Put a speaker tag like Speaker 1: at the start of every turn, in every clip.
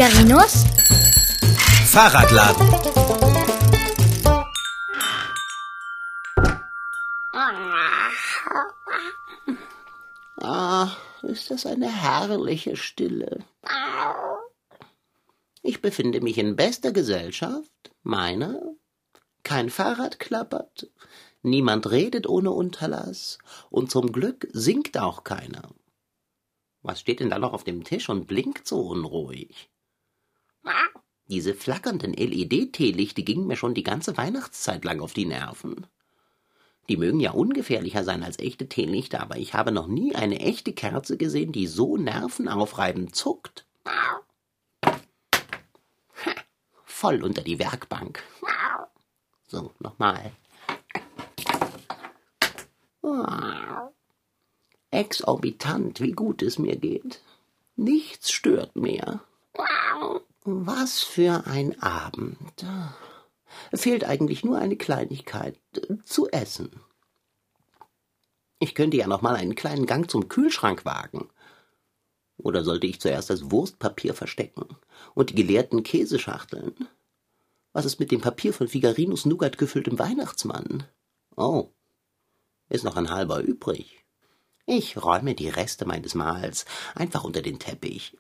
Speaker 1: Figarinos
Speaker 2: Fahrradladen.
Speaker 3: Ist das eine herrliche Stille. Ich befinde mich in bester Gesellschaft, meiner. Kein Fahrrad klappert, niemand redet ohne Unterlass und zum Glück singt auch keiner. Was steht denn da noch auf dem Tisch und blinkt so unruhig? Diese flackernden LED-Teelichte gingen mir schon die ganze Weihnachtszeit lang auf die Nerven. Die mögen ja ungefährlicher sein als echte Teelichter, aber ich habe noch nie eine echte Kerze gesehen, die so nervenaufreibend zuckt. Voll unter die Werkbank. So, nochmal. Exorbitant, wie gut es mir geht. Nichts stört mehr. Was für ein Abend. Fehlt eigentlich nur eine Kleinigkeit, zu essen. Ich könnte ja noch mal einen kleinen Gang zum Kühlschrank wagen. Oder sollte ich zuerst das Wurstpapier verstecken und die geleerten Käseschachteln? Was ist mit dem Papier von Figarinos Nougat gefülltem Weihnachtsmann? Oh, ist noch ein halber übrig. Ich räume die Reste meines Mahls einfach unter den Teppich.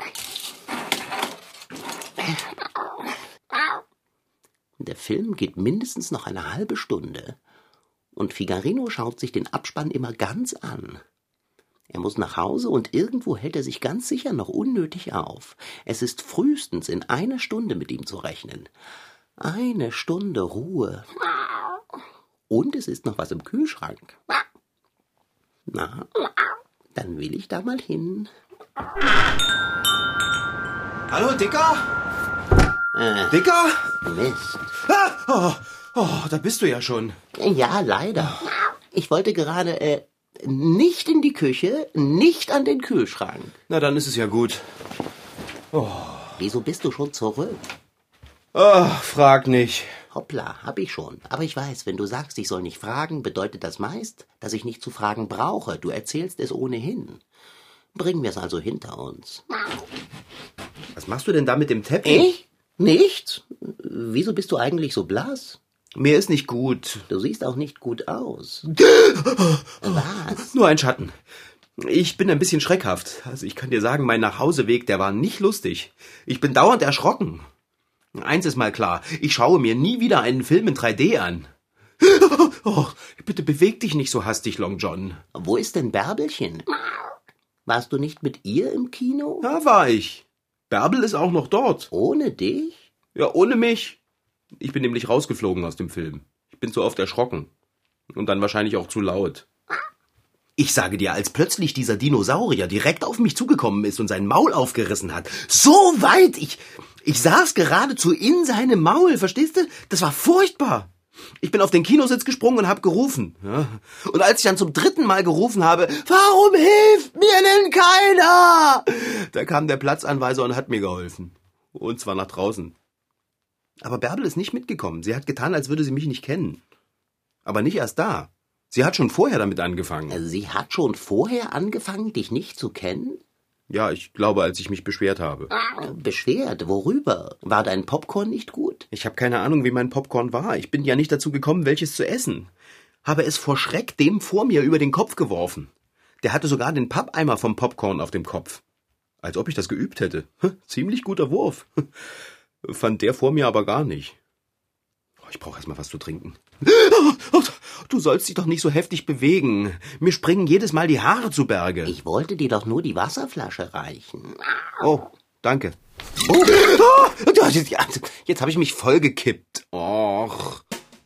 Speaker 3: Der Film geht mindestens noch eine halbe Stunde und Figarino schaut sich den Abspann immer ganz an. Er muss nach Hause und irgendwo hält er sich ganz sicher noch unnötig auf. Es ist frühestens in einer Stunde mit ihm zu rechnen. Eine Stunde Ruhe. Und es ist noch was im Kühlschrank. Na, dann will ich da mal hin.
Speaker 2: Hallo, Dicker? Dicker?
Speaker 3: Mist.
Speaker 2: Da bist du ja schon.
Speaker 3: Ja, leider. Ich wollte gerade, nicht in die Küche, nicht an den Kühlschrank.
Speaker 2: Na, dann ist es ja gut.
Speaker 3: Wieso bist du schon zurück?
Speaker 2: Frag nicht.
Speaker 3: Hoppla, hab ich schon. Aber ich weiß, wenn du sagst, ich soll nicht fragen, bedeutet das meist, dass ich nicht zu fragen brauche. Du erzählst es ohnehin. Bringen wir es also hinter uns.
Speaker 2: Was machst du denn da mit dem Teppich?
Speaker 3: Ich? Nichts? Wieso bist du eigentlich so blass?
Speaker 2: Mir ist nicht gut.
Speaker 3: Du siehst auch nicht gut aus. Was?
Speaker 2: Nur ein Schatten. Ich bin ein bisschen schreckhaft. Also ich kann dir sagen, mein Nachhauseweg, der war nicht lustig. Ich bin dauernd erschrocken. Eins ist mal klar, ich schaue mir nie wieder einen Film in 3D an. Bitte beweg dich nicht so hastig, Long John.
Speaker 3: Wo ist denn Bärbelchen? Warst du nicht mit ihr im Kino?
Speaker 2: Da war ich. Bärbel ist auch noch dort.
Speaker 3: Ohne dich?
Speaker 2: Ja, ohne mich. Ich bin nämlich rausgeflogen aus dem Film. Ich bin zu oft erschrocken. Und dann wahrscheinlich auch zu laut. Ich sage dir, als plötzlich dieser Dinosaurier direkt auf mich zugekommen ist und sein Maul aufgerissen hat, so weit, ich saß geradezu in seinem Maul, verstehst du? Das war furchtbar. Ich bin auf den Kinositz gesprungen und habe gerufen. Ja. Und als ich dann zum 3. Mal gerufen habe, warum hilft mir denn keiner? Da kam der Platzanweiser und hat mir geholfen. Und zwar nach draußen. Aber Bärbel ist nicht mitgekommen. Sie hat getan, als würde sie mich nicht kennen. Aber nicht erst da. Sie hat schon vorher damit angefangen.
Speaker 3: Sie hat schon vorher angefangen, dich nicht zu kennen?
Speaker 2: Ja, ich glaube, als ich mich beschwert habe.
Speaker 3: Beschwert? Worüber? War dein Popcorn nicht gut?
Speaker 2: Ich habe keine Ahnung, wie mein Popcorn war. Ich bin ja nicht dazu gekommen, welches zu essen. Habe es vor Schreck dem vor mir über den Kopf geworfen. Der hatte sogar den Pappeimer vom Popcorn auf dem Kopf. Als ob ich das geübt hätte. Ziemlich guter Wurf. Fand der vor mir aber gar nicht. Ich brauche erst mal was zu trinken. Du sollst dich doch nicht so heftig bewegen. Mir springen jedes Mal die Haare zu Berge.
Speaker 3: Ich wollte dir doch nur die Wasserflasche reichen.
Speaker 2: Oh, danke. Jetzt habe ich mich vollgekippt. Och.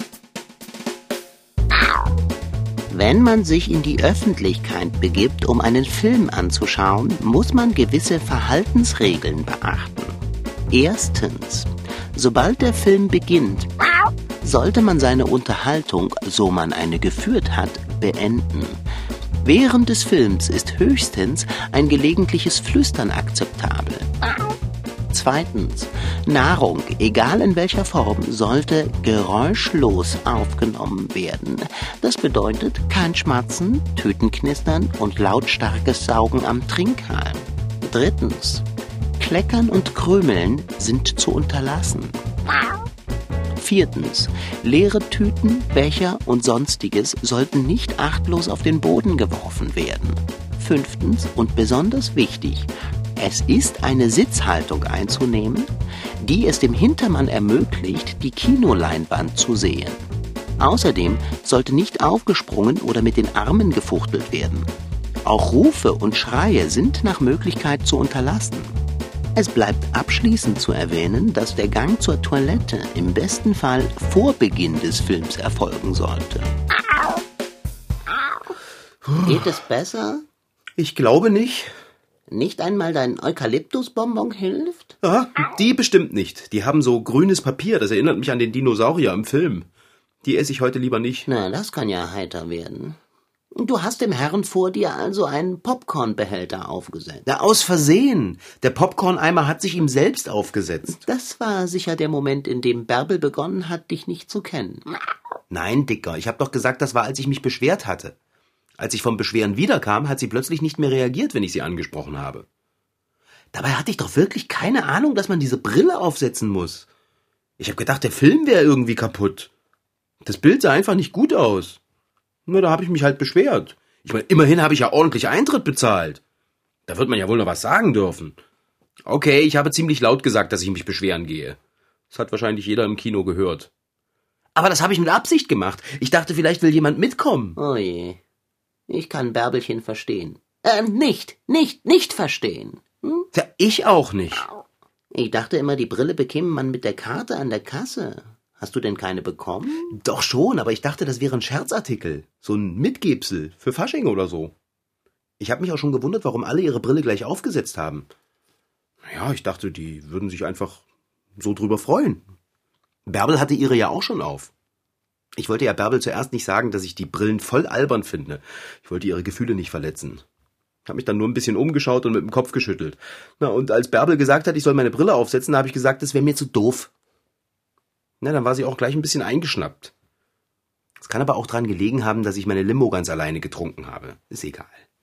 Speaker 3: Wenn man sich in die Öffentlichkeit begibt, um einen Film anzuschauen, muss man gewisse Verhaltensregeln beachten. Erstens, sobald der Film beginnt, sollte man seine Unterhaltung, so man eine geführt hat, beenden. Während des Films ist höchstens ein gelegentliches Flüstern akzeptabel. Zweitens, Nahrung, egal in welcher Form, sollte geräuschlos aufgenommen werden. Das bedeutet kein Schmatzen, Tütenknistern und lautstarkes Saugen am Trinkhalm. Drittens, Kleckern und Krümeln sind zu unterlassen. 4. Leere Tüten, Becher und Sonstiges sollten nicht achtlos auf den Boden geworfen werden. 5. und besonders wichtig, es ist eine Sitzhaltung einzunehmen, die es dem Hintermann ermöglicht, die Kinoleinwand zu sehen. Außerdem sollte nicht aufgesprungen oder mit den Armen gefuchtelt werden. Auch Rufe und Schreie sind nach Möglichkeit zu unterlassen. Es bleibt abschließend zu erwähnen, dass der Gang zur Toilette im besten Fall vor Beginn des Films erfolgen sollte. Geht es besser?
Speaker 2: Ich glaube nicht.
Speaker 3: Nicht einmal dein Eukalyptusbonbon hilft?
Speaker 2: Ah, die bestimmt nicht. Die haben so grünes Papier, das erinnert mich an den Dinosaurier im Film. Die esse ich heute lieber nicht.
Speaker 3: Na, das kann ja heiter werden. Du hast dem Herrn vor dir also einen Popcornbehälter aufgesetzt.
Speaker 2: Na, aus Versehen. Der Popcorneimer hat sich ihm selbst aufgesetzt.
Speaker 3: Das war sicher der Moment, in dem Bärbel begonnen hat, dich nicht zu kennen.
Speaker 2: Nein, Dicker, ich hab doch gesagt, das war, als ich mich beschwert hatte. Als ich vom Beschweren wiederkam, hat sie plötzlich nicht mehr reagiert, wenn ich sie angesprochen habe. Dabei hatte ich doch wirklich keine Ahnung, dass man diese Brille aufsetzen muss. Ich habe gedacht, der Film wäre irgendwie kaputt. Das Bild sah einfach nicht gut aus. Nur da habe ich mich halt beschwert. Ich meine, immerhin habe ich ja ordentlich Eintritt bezahlt. Da wird man ja wohl noch was sagen dürfen. Okay, ich habe ziemlich laut gesagt, dass ich mich beschweren gehe. Das hat wahrscheinlich jeder im Kino gehört. Aber das habe ich mit Absicht gemacht. Ich dachte, vielleicht will jemand mitkommen.
Speaker 3: Oh je. Ich kann Bärbelchen verstehen. Nicht verstehen. Hm?
Speaker 2: Ja, ich auch nicht.
Speaker 3: Ich dachte immer, die Brille bekäme man mit der Karte an der Kasse. Hast du denn keine bekommen?
Speaker 2: Doch schon, aber ich dachte, das wäre ein Scherzartikel. So ein Mitgebsel für Fasching oder so. Ich habe mich auch schon gewundert, warum alle ihre Brille gleich aufgesetzt haben. Ja, ich dachte, die würden sich einfach so drüber freuen. Bärbel hatte ihre ja auch schon auf. Ich wollte ja Bärbel zuerst nicht sagen, dass ich die Brillen voll albern finde. Ich wollte ihre Gefühle nicht verletzen. Ich habe mich dann nur ein bisschen umgeschaut und mit dem Kopf geschüttelt. Na, und als Bärbel gesagt hat, ich soll meine Brille aufsetzen, habe ich gesagt, das wäre mir zu doof. Na, dann war sie auch gleich ein bisschen eingeschnappt. Es kann aber auch dran gelegen haben, dass ich meine Limo ganz alleine getrunken habe. Ist egal.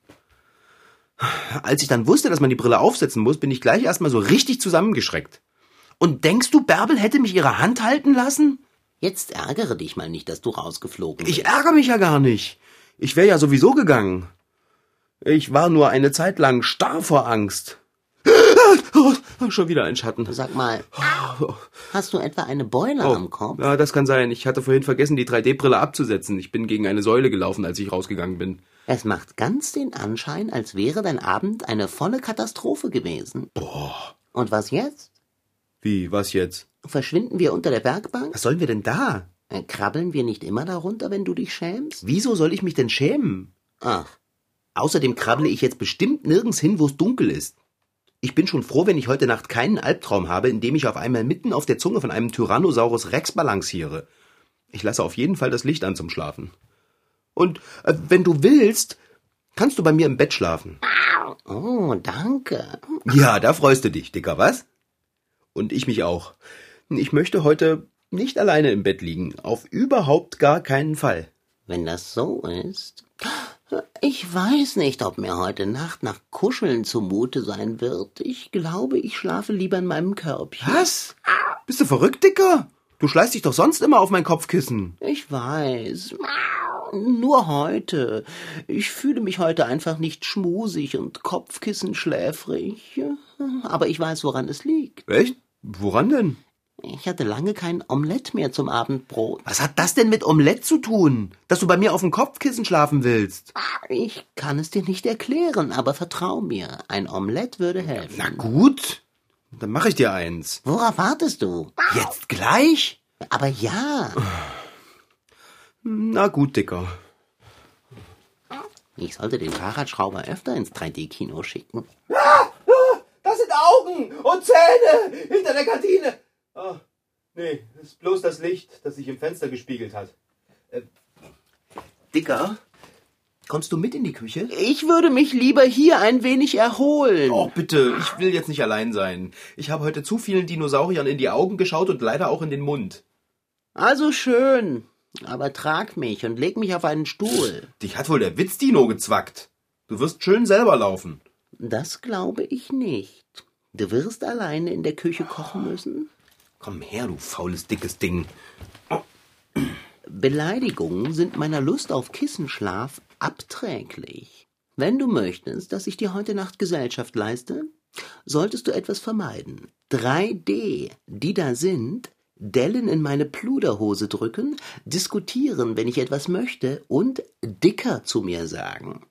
Speaker 2: Als ich dann wusste, dass man die Brille aufsetzen muss, bin ich gleich erstmal so richtig zusammengeschreckt. Und denkst du, Bärbel hätte mich ihre Hand halten lassen?
Speaker 3: Jetzt ärgere dich mal nicht, dass du rausgeflogen bist.
Speaker 2: Ich ärgere mich ja gar nicht. Ich wäre ja sowieso gegangen. Ich war nur eine Zeit lang starr vor Angst. Schon wieder ein Schatten.
Speaker 3: Sag mal, hast du etwa eine Beule am Kopf?
Speaker 2: Ja, das kann sein. Ich hatte vorhin vergessen, die 3D-Brille abzusetzen. Ich bin gegen eine Säule gelaufen, als ich rausgegangen bin.
Speaker 3: Es macht ganz den Anschein, als wäre dein Abend eine volle Katastrophe gewesen.
Speaker 2: Boah.
Speaker 3: Und was jetzt?
Speaker 2: Wie, was jetzt?
Speaker 3: Verschwinden wir unter der Bergbank?
Speaker 2: Was sollen wir denn da?
Speaker 3: Krabbeln wir nicht immer darunter, wenn du dich schämst?
Speaker 2: Wieso soll ich mich denn schämen?
Speaker 3: Ach.
Speaker 2: Außerdem krabble ich jetzt bestimmt nirgends hin, wo es dunkel ist. Ich bin schon froh, wenn ich heute Nacht keinen Albtraum habe, in dem ich auf einmal mitten auf der Zunge von einem Tyrannosaurus Rex balanciere. Ich lasse auf jeden Fall das Licht an zum Schlafen. Und wenn du willst, kannst du bei mir im Bett schlafen.
Speaker 3: Oh, danke.
Speaker 2: Ja, da freust du dich, Dicker, was? Und ich mich auch. Ich möchte heute nicht alleine im Bett liegen. Auf überhaupt gar keinen Fall.
Speaker 3: Wenn das so ist... Ich weiß nicht, ob mir heute Nacht nach Kuscheln zumute sein wird. Ich glaube, ich schlafe lieber in meinem Körbchen.
Speaker 2: Was? Bist du verrückt, Dicker? Du schleißt dich doch sonst immer auf mein Kopfkissen.
Speaker 3: Ich weiß. Nur heute. Ich fühle mich heute einfach nicht schmusig und kopfkissenschläfrig. Aber ich weiß, woran es liegt.
Speaker 2: Echt? Woran denn?
Speaker 3: Ich hatte lange kein Omelett mehr zum Abendbrot.
Speaker 2: Was hat das denn mit Omelett zu tun? Dass du bei mir auf dem Kopfkissen schlafen willst?
Speaker 3: Ich kann es dir nicht erklären, aber vertrau mir, ein Omelett würde helfen.
Speaker 2: Na gut, dann mache ich dir eins.
Speaker 3: Worauf wartest du?
Speaker 2: Jetzt gleich?
Speaker 3: Aber ja.
Speaker 2: Na gut, Dicker.
Speaker 3: Ich sollte den Fahrradschrauber öfter ins 3D-Kino schicken.
Speaker 2: Das sind Augen und Zähne hinter der Gardine. Ah, nee, das ist bloß das Licht, das sich im Fenster gespiegelt hat. Dicker, kommst du mit in die Küche?
Speaker 3: Ich würde mich lieber hier ein wenig erholen.
Speaker 2: Oh, bitte, ich will jetzt nicht allein sein. Ich habe heute zu vielen Dinosauriern in die Augen geschaut und leider auch in den Mund.
Speaker 3: Also schön, aber trag mich und leg mich auf einen Stuhl.
Speaker 2: Dich hat wohl der Witzdino gezwackt. Du wirst schön selber laufen.
Speaker 3: Das glaube ich nicht. Du wirst alleine in der Küche kochen müssen?
Speaker 2: Komm her, du faules, dickes Ding.
Speaker 3: Beleidigungen sind meiner Lust auf Kissenschlaf abträglich. Wenn du möchtest, dass ich dir heute Nacht Gesellschaft leiste, solltest du etwas vermeiden. 3D, die da sind, Dellen in meine Pluderhose drücken, diskutieren, wenn ich etwas möchte und dicker zu mir sagen.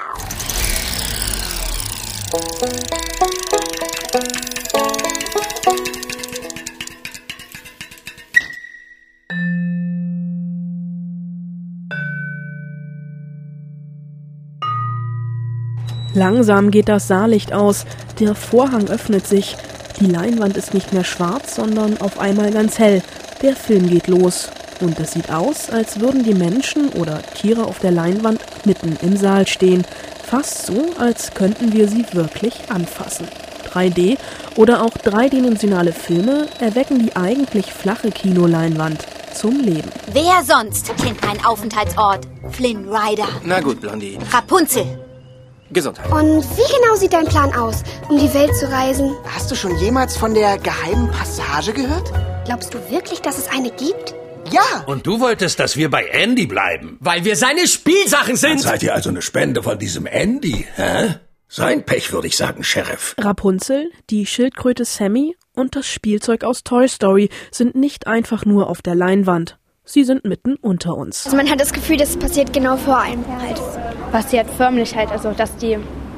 Speaker 1: Langsam geht das Saallicht aus, der Vorhang öffnet sich, die Leinwand ist nicht mehr schwarz, sondern auf einmal ganz hell. Der Film geht los und es sieht aus, als würden die Menschen oder Tiere auf der Leinwand mitten im Saal stehen. Fast so, als könnten wir sie wirklich anfassen. 3D oder auch dreidimensionale Filme erwecken die eigentlich flache Kinoleinwand zum Leben.
Speaker 4: Wer sonst kennt meinen Aufenthaltsort? Flynn Rider.
Speaker 5: Na gut, Blondie.
Speaker 4: Rapunzel.
Speaker 5: Gesundheit.
Speaker 6: Und wie genau sieht dein Plan aus, um die Welt zu reisen?
Speaker 7: Hast du schon jemals von der geheimen Passage gehört?
Speaker 6: Glaubst du wirklich, dass es eine gibt?
Speaker 7: Ja!
Speaker 8: Und du wolltest, dass wir bei Andy bleiben?
Speaker 9: Weil wir seine Spielsachen sind!
Speaker 8: Dann seid ihr also eine Spende von diesem Andy, hä? Sein Pech, würde ich sagen, Sheriff.
Speaker 1: Rapunzel, die Schildkröte Sammy und das Spielzeug aus Toy Story sind nicht einfach nur auf der Leinwand. Sie sind mitten unter uns.
Speaker 6: Also man hat das Gefühl, das passiert genau vor einem.
Speaker 10: Passiert förmlich halt, also dass die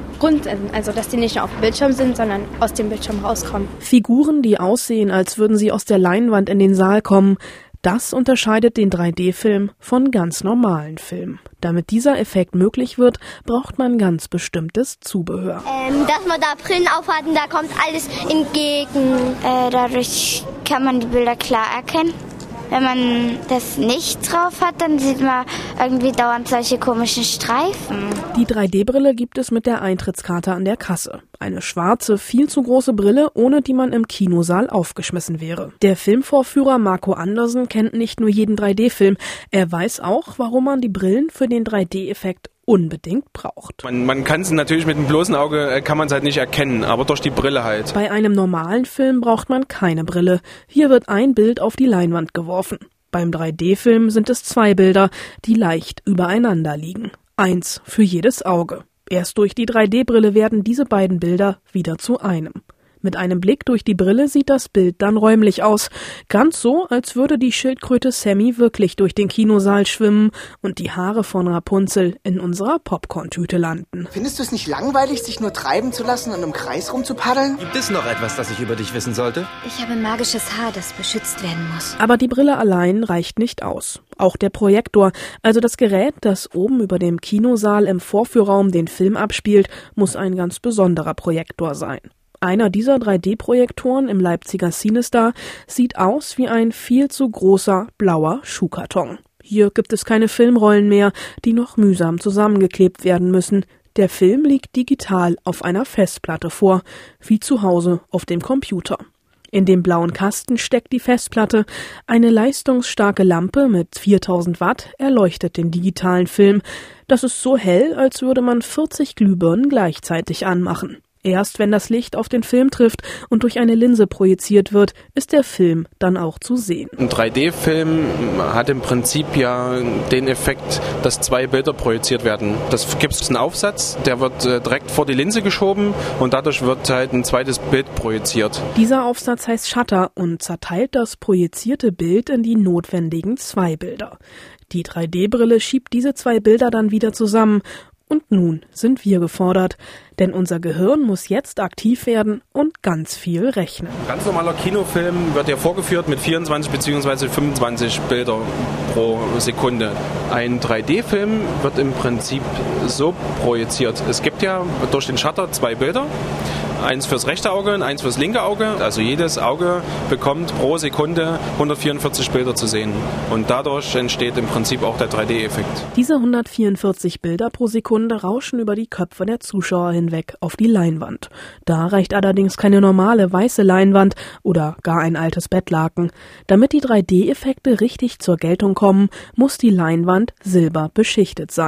Speaker 10: dass die nicht nur auf dem Bildschirm sind, sondern aus dem Bildschirm rauskommen.
Speaker 1: Figuren, die aussehen, als würden sie aus der Leinwand in den Saal kommen, das unterscheidet den 3D-Film von ganz normalen Filmen. Damit dieser Effekt möglich wird, braucht man ganz bestimmtes Zubehör.
Speaker 11: Dass man da Brillen aufhat und da kommt alles entgegen. Dadurch kann man die Bilder klar erkennen. Wenn man das nicht drauf hat, dann sieht man irgendwie dauernd solche komischen Streifen.
Speaker 1: Die 3D-Brille gibt es mit der Eintrittskarte an der Kasse. Eine schwarze, viel zu große Brille, ohne die man im Kinosaal aufgeschmissen wäre. Der Filmvorführer Marco Andersen kennt nicht nur jeden 3D-Film. Er weiß auch, warum man die Brillen für den 3D-Effekt unbedingt braucht.
Speaker 12: Man kann es natürlich mit dem bloßen Auge, kann man es halt nicht erkennen, aber durch die Brille halt.
Speaker 1: Bei einem normalen Film braucht man keine Brille. Hier wird ein Bild auf die Leinwand geworfen. Beim 3D-Film sind es 2 Bilder, die leicht übereinander liegen. 1 für jedes Auge. Erst durch die 3D-Brille werden diese beiden Bilder wieder zu einem. Mit einem Blick durch die Brille sieht das Bild dann räumlich aus. Ganz so, als würde die Schildkröte Sammy wirklich durch den Kinosaal schwimmen und die Haare von Rapunzel in unserer Popcorn-Tüte landen.
Speaker 7: Findest du es nicht langweilig, sich nur treiben zu lassen und im Kreis rumzupaddeln?
Speaker 5: Gibt es noch etwas, das ich über dich wissen sollte?
Speaker 4: Ich habe magisches Haar, das beschützt werden muss.
Speaker 1: Aber die Brille allein reicht nicht aus. Auch der Projektor, also das Gerät, das oben über dem Kinosaal im Vorführraum den Film abspielt, muss ein ganz besonderer Projektor sein. Einer dieser 3D-Projektoren im Leipziger CineStar sieht aus wie ein viel zu großer blauer Schuhkarton. Hier gibt es keine Filmrollen mehr, die noch mühsam zusammengeklebt werden müssen. Der Film liegt digital auf einer Festplatte vor, wie zu Hause auf dem Computer. In dem blauen Kasten steckt die Festplatte. Eine leistungsstarke Lampe mit 4000 Watt erleuchtet den digitalen Film. Das ist so hell, als würde man 40 Glühbirnen gleichzeitig anmachen. Erst wenn das Licht auf den Film trifft und durch eine Linse projiziert wird, ist der Film dann auch zu sehen.
Speaker 12: Ein 3D-Film hat im Prinzip ja den Effekt, dass 2 Bilder projiziert werden. Das gibt es einen Aufsatz, der wird direkt vor die Linse geschoben und dadurch wird halt ein zweites Bild projiziert.
Speaker 1: Dieser Aufsatz heißt Shutter und zerteilt das projizierte Bild in die notwendigen 2 Bilder. Die 3D-Brille schiebt diese 2 Bilder dann wieder zusammen. Und nun sind wir gefordert, denn unser Gehirn muss jetzt aktiv werden und ganz viel rechnen.
Speaker 12: Ein ganz normaler Kinofilm wird ja vorgeführt mit 24 bzw. 25 Bilder pro Sekunde. Ein 3D-Film wird im Prinzip so projiziert. Es gibt ja durch den Shutter 2 Bilder. Eins fürs rechte Auge und eins fürs linke Auge. Also jedes Auge bekommt pro Sekunde 144 Bilder zu sehen. Und dadurch entsteht im Prinzip auch der 3D-Effekt.
Speaker 1: Diese 144 Bilder pro Sekunde rauschen über die Köpfe der Zuschauer hinweg auf die Leinwand. Da reicht allerdings keine normale weiße Leinwand oder gar ein altes Bettlaken. Damit die 3D-Effekte richtig zur Geltung kommen, muss die Leinwand silber beschichtet sein.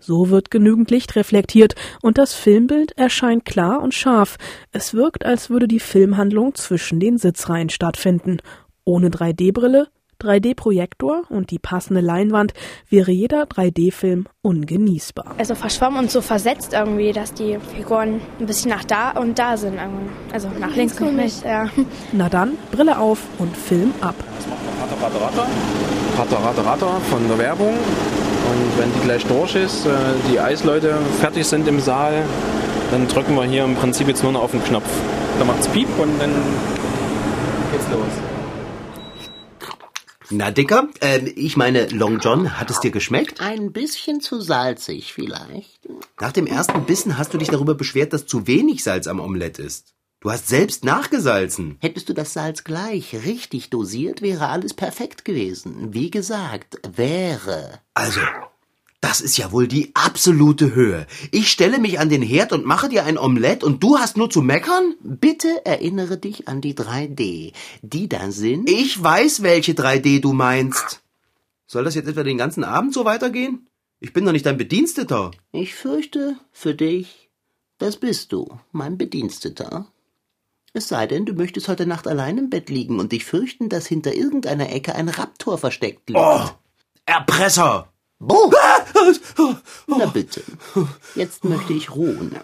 Speaker 1: So wird genügend Licht reflektiert und das Filmbild erscheint klar und scharf. Es wirkt, als würde die Filmhandlung zwischen den Sitzreihen stattfinden. Ohne 3D-Brille, 3D-Projektor und die passende Leinwand wäre jeder 3D-Film ungenießbar.
Speaker 10: Also verschwommen und so versetzt irgendwie, dass die Figuren ein bisschen nach da und da sind. Also nach links und rechts, ja.
Speaker 1: Na dann, Brille auf und Film ab.
Speaker 12: Jetzt machen wir Rata von der Werbung. Und wenn die gleich durch ist, die Eisleute fertig sind im Saal, dann drücken wir hier im Prinzip jetzt nur noch auf den Knopf. Da macht's Piep und dann geht's los.
Speaker 2: Na, Dicker, ich meine, Long John, hat es dir geschmeckt?
Speaker 3: Ein bisschen zu salzig vielleicht.
Speaker 2: Nach dem ersten Bissen hast du dich darüber beschwert, dass zu wenig Salz am Omelett ist. Du hast selbst nachgesalzen.
Speaker 3: Hättest du das Salz gleich richtig dosiert, wäre alles perfekt gewesen. Wie gesagt, wäre.
Speaker 2: Also, das ist ja wohl die absolute Höhe. Ich stelle mich an den Herd und mache dir ein Omelett und du hast nur zu meckern?
Speaker 3: Bitte erinnere dich an die 3D. Die da sind...
Speaker 2: Ich weiß, welche 3D du meinst. Soll das jetzt etwa den ganzen Abend so weitergehen? Ich bin doch nicht dein Bediensteter.
Speaker 3: Ich fürchte, für dich, das bist du, mein Bediensteter. Es sei denn, du möchtest heute Nacht allein im Bett liegen und dich fürchten, dass hinter irgendeiner Ecke ein Raptor versteckt liegt.
Speaker 2: Oh, Erpresser!
Speaker 3: Buh! Na bitte, jetzt möchte ich ruhen.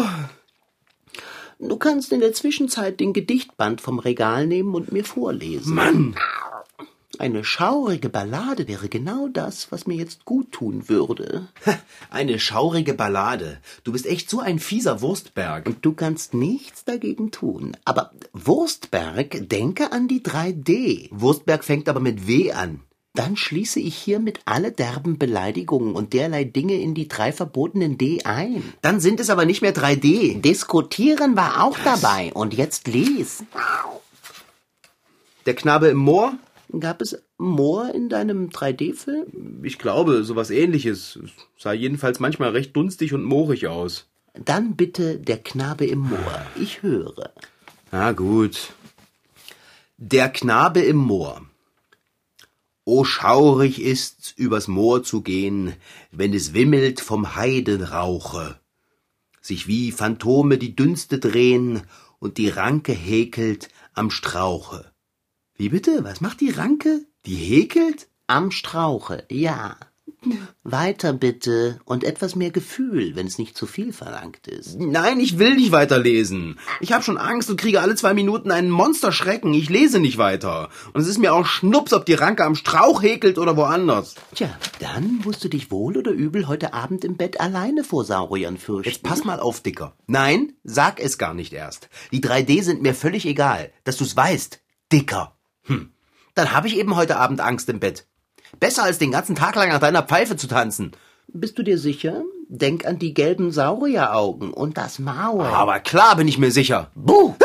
Speaker 3: Du kannst in der Zwischenzeit den Gedichtband vom Regal nehmen und mir vorlesen.
Speaker 2: Mann!
Speaker 3: Eine schaurige Ballade wäre genau das, was mir jetzt gut tun würde.
Speaker 2: Eine schaurige Ballade. Du bist echt so ein fieser Wurstberg.
Speaker 3: Und du kannst nichts dagegen tun. Aber Wurstberg, denke an die 3D.
Speaker 2: Wurstberg fängt aber mit W an.
Speaker 3: Dann schließe ich hiermit alle derben Beleidigungen und derlei Dinge in die 3 verbotenen D ein.
Speaker 2: Dann sind es aber nicht mehr 3D.
Speaker 3: Diskutieren war auch dabei. Und jetzt lies.
Speaker 2: Der Knabe im Moor?
Speaker 3: Gab es Moor in deinem 3D-Film?
Speaker 2: Ich glaube, sowas Ähnliches. Es sah jedenfalls manchmal recht dunstig und moorig aus.
Speaker 3: Dann bitte Der Knabe im Moor. Ich höre.
Speaker 2: Na gut. Der Knabe im Moor. O schaurig ist's, übers Moor zu gehen, wenn es wimmelt vom Heidenrauche, sich wie Phantome die Dünste drehen und die Ranke häkelt am Strauche. Wie bitte? Was macht die Ranke? Die häkelt?
Speaker 3: Am Strauche, ja. Weiter bitte und etwas mehr Gefühl, wenn es nicht zu viel verlangt ist.
Speaker 2: Nein, ich will nicht weiterlesen. Ich habe schon Angst und kriege alle 2 Minuten einen Monsterschrecken. Ich lese nicht weiter. Und es ist mir auch Schnups, ob die Ranke am Strauch häkelt oder woanders.
Speaker 3: Tja, dann musst du dich wohl oder übel heute Abend im Bett alleine vor Sauriern fürchten.
Speaker 2: Jetzt pass mal auf, Dicker. Nein, sag es gar nicht erst. Die 3D sind mir völlig egal. Dass du's weißt, Dicker. Dann habe ich eben heute Abend Angst im Bett. Besser als den ganzen Tag lang nach deiner Pfeife zu tanzen.
Speaker 3: Bist du dir sicher? Denk an die gelben Saurieraugen und das Maul.
Speaker 2: Aber klar bin ich mir sicher.
Speaker 3: Buh!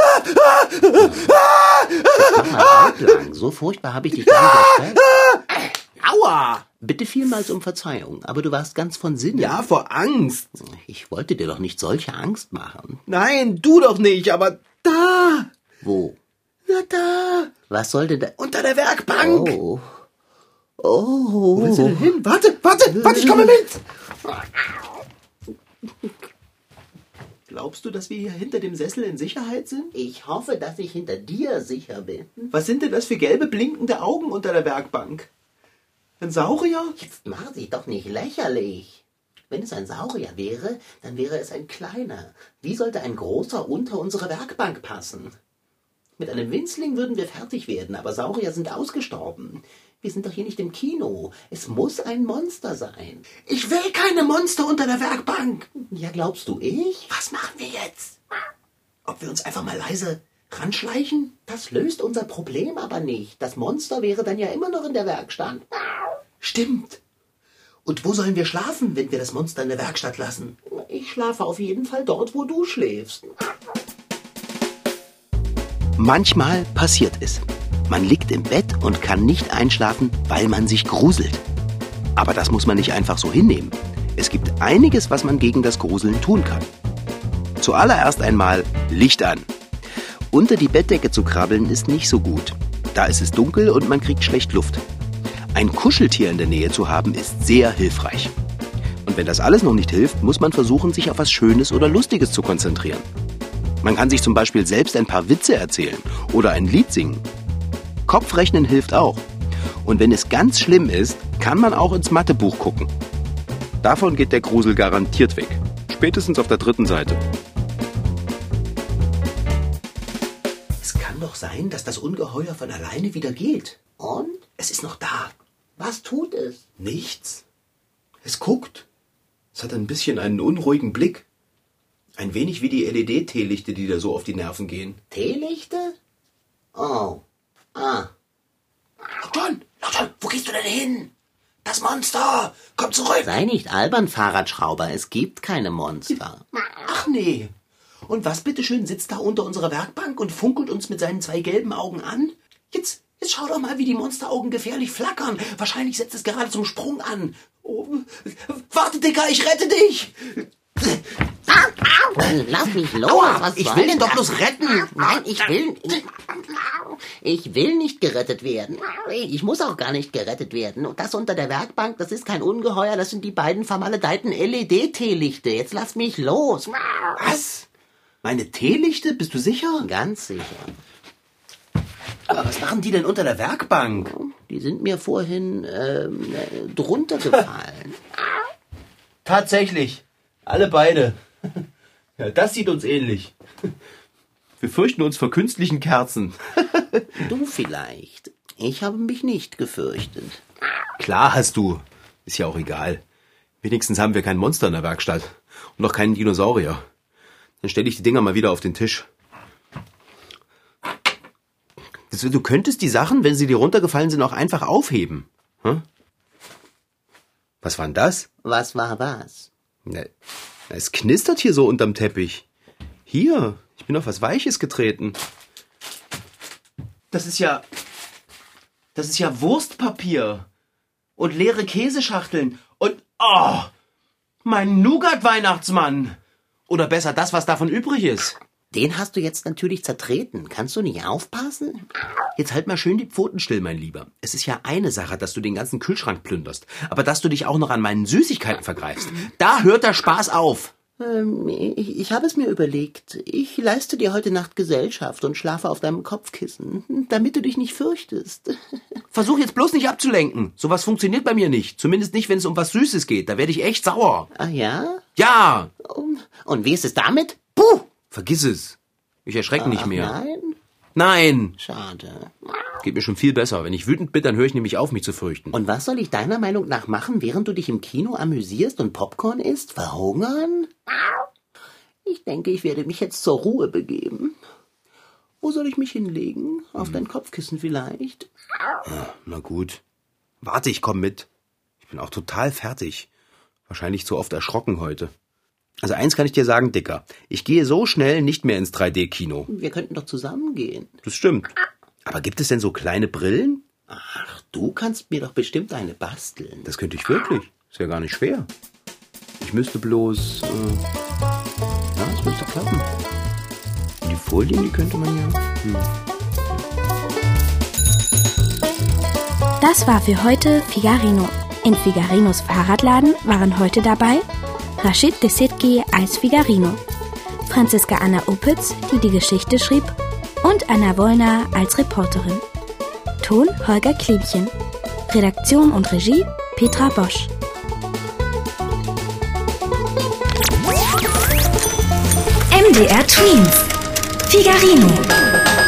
Speaker 3: Mach mal halblang. So furchtbar habe ich dich gar nicht erschreckt.
Speaker 2: Aua!
Speaker 3: Bitte vielmals um Verzeihung, aber du warst ganz von Sinnen.
Speaker 2: Ja, vor Angst.
Speaker 3: Ich wollte dir doch nicht solche Angst machen.
Speaker 2: Nein, du doch nicht, aber da.
Speaker 3: Wo?
Speaker 2: Na da.
Speaker 3: Was soll denn da?
Speaker 2: Unter der Werkbank.
Speaker 3: Oh.
Speaker 2: Wo willst du denn hin? Warte, ich komme mit. Glaubst du, dass wir hier hinter dem Sessel in Sicherheit sind?
Speaker 3: Ich hoffe, dass ich hinter dir sicher bin.
Speaker 2: Was sind denn das für gelbe, blinkende Augen unter der Werkbank? Ein Saurier?
Speaker 3: Jetzt mach dich doch nicht lächerlich. Wenn es ein Saurier wäre, dann wäre es ein kleiner. Wie sollte ein großer unter unsere Werkbank passen? Mit einem Winzling würden wir fertig werden, aber Saurier sind ausgestorben. Wir sind doch hier nicht im Kino. Es muss ein Monster sein.
Speaker 2: Ich will keine Monster unter der Werkbank.
Speaker 3: Ja, glaubst du ich?
Speaker 2: Was machen wir jetzt? Ob wir uns einfach mal leise ranschleichen?
Speaker 3: Das löst unser Problem aber nicht. Das Monster wäre dann ja immer noch in der Werkstatt.
Speaker 2: Stimmt. Und wo sollen wir schlafen, wenn wir das Monster in der Werkstatt lassen?
Speaker 3: Ich schlafe auf jeden Fall dort, wo du schläfst.
Speaker 2: Manchmal passiert es. Man liegt im Bett und kann nicht einschlafen, weil man sich gruselt. Aber das muss man nicht einfach so hinnehmen. Es gibt einiges, was man gegen das Gruseln tun kann. Zuallererst einmal Licht an. Unter die Bettdecke zu krabbeln ist nicht so gut. Da ist es dunkel und man kriegt schlecht Luft. Ein Kuscheltier in der Nähe zu haben ist sehr hilfreich. Und wenn das alles noch nicht hilft, muss man versuchen, sich auf was Schönes oder Lustiges zu konzentrieren. Man kann sich zum Beispiel selbst ein paar Witze erzählen oder ein Lied singen. Kopfrechnen hilft auch. Und wenn es ganz schlimm ist, kann man auch ins Mathebuch gucken. Davon geht der Grusel garantiert weg. Spätestens auf der 3. Seite.
Speaker 3: Es kann doch sein, dass das Ungeheuer von alleine wieder geht. Und? Es ist noch da. Was tut es?
Speaker 2: Nichts. Es guckt. Es hat ein bisschen einen unruhigen Blick. Ein wenig wie die LED-Teelichte, die da so auf die Nerven gehen.
Speaker 3: Teelichte? Oh. Ah.
Speaker 2: John, wo gehst du denn hin? Das Monster! Komm zurück!
Speaker 3: Sei nicht albern, Fahrradschrauber. Es gibt keine Monster.
Speaker 2: Ach nee. Und was bitteschön sitzt da unter unserer Werkbank und funkelt uns mit seinen 2 gelben Augen an? Jetzt schau doch mal, wie die Monsteraugen gefährlich flackern. Wahrscheinlich setzt es gerade zum Sprung an. Oh, warte, Dicker, ich rette dich!
Speaker 3: Lass mich los.
Speaker 2: Aua, ich will den doch bloß retten.
Speaker 3: Nein, ich will nicht gerettet werden. Ich muss auch gar nicht gerettet werden. Und das unter der Werkbank, das ist kein Ungeheuer, das sind die beiden vermaledeiten LED-Teelichte. Jetzt lass mich los.
Speaker 2: Was? Meine Teelichte? Bist du sicher?
Speaker 3: Ganz sicher.
Speaker 2: Aber was machen die denn unter der Werkbank?
Speaker 3: Die sind mir vorhin drunter gefallen.
Speaker 2: Tatsächlich. Alle beide. Ja, das sieht uns ähnlich. Wir fürchten uns vor künstlichen Kerzen.
Speaker 3: Du vielleicht. Ich habe mich nicht gefürchtet.
Speaker 2: Klar hast du. Ist ja auch egal. Wenigstens haben wir kein Monster in der Werkstatt. Und noch keinen Dinosaurier. Dann stelle ich die Dinger mal wieder auf den Tisch. Du könntest die Sachen, wenn sie dir runtergefallen sind, auch einfach aufheben. Hm? Was war denn das?
Speaker 3: Was war was?
Speaker 2: Na, es knistert hier so unterm Teppich. Hier, ich bin auf was Weiches getreten. Das ist ja Wurstpapier. Und leere Käseschachteln. Und, oh, mein Nougat-Weihnachtsmann. Oder besser das, was davon übrig ist.
Speaker 3: Den hast du jetzt natürlich zertreten. Kannst du nicht aufpassen?
Speaker 2: Jetzt halt mal schön die Pfoten still, mein Lieber. Es ist ja eine Sache, dass du den ganzen Kühlschrank plünderst. Aber dass du dich auch noch an meinen Süßigkeiten vergreifst. Da hört der Spaß auf.
Speaker 3: Ich habe es mir überlegt. Ich leiste dir heute Nacht Gesellschaft und schlafe auf deinem Kopfkissen, damit du dich nicht fürchtest.
Speaker 2: Versuch jetzt bloß nicht abzulenken. Sowas funktioniert bei mir nicht. Zumindest nicht, wenn es um was Süßes geht. Da werde ich echt sauer.
Speaker 3: Ah ja?
Speaker 2: Ja.
Speaker 3: Und wie ist es damit? Puh!
Speaker 2: Vergiss es. Ich erschrecke nicht mehr.
Speaker 3: Nein?
Speaker 2: Nein.
Speaker 3: Schade.
Speaker 2: Geht mir schon viel besser. Wenn ich wütend bin, dann höre ich nämlich auf, mich zu fürchten.
Speaker 3: Und was soll ich deiner Meinung nach machen, während du dich im Kino amüsierst und Popcorn isst? Verhungern? Ich denke, ich werde mich jetzt zur Ruhe begeben. Wo soll ich mich hinlegen? Auf dein Kopfkissen vielleicht?
Speaker 2: Ja, na gut. Warte, ich komm mit. Ich bin auch total fertig. Wahrscheinlich zu oft erschrocken heute. Also eins kann ich dir sagen, Dicker. Ich gehe so schnell nicht mehr ins 3D-Kino.
Speaker 3: Wir könnten doch zusammen gehen.
Speaker 2: Das stimmt. Aber gibt es denn so kleine Brillen?
Speaker 3: Ach, du kannst mir doch bestimmt eine basteln.
Speaker 2: Das könnte ich wirklich. Ist ja gar nicht schwer. Ich müsste bloß... ja, es müsste klappen. Die Folien, die könnte man ja...
Speaker 13: Das war für heute Figarino. In Figarinos Fahrradladen waren heute dabei Rashid Desitki als Figarino, Franziska Anna Opitz, die die Geschichte schrieb, und Anna Wollner als Reporterin. Ton Holger Klebchen. Redaktion und Regie Petra Bosch.
Speaker 14: MDR Twins. Figarino.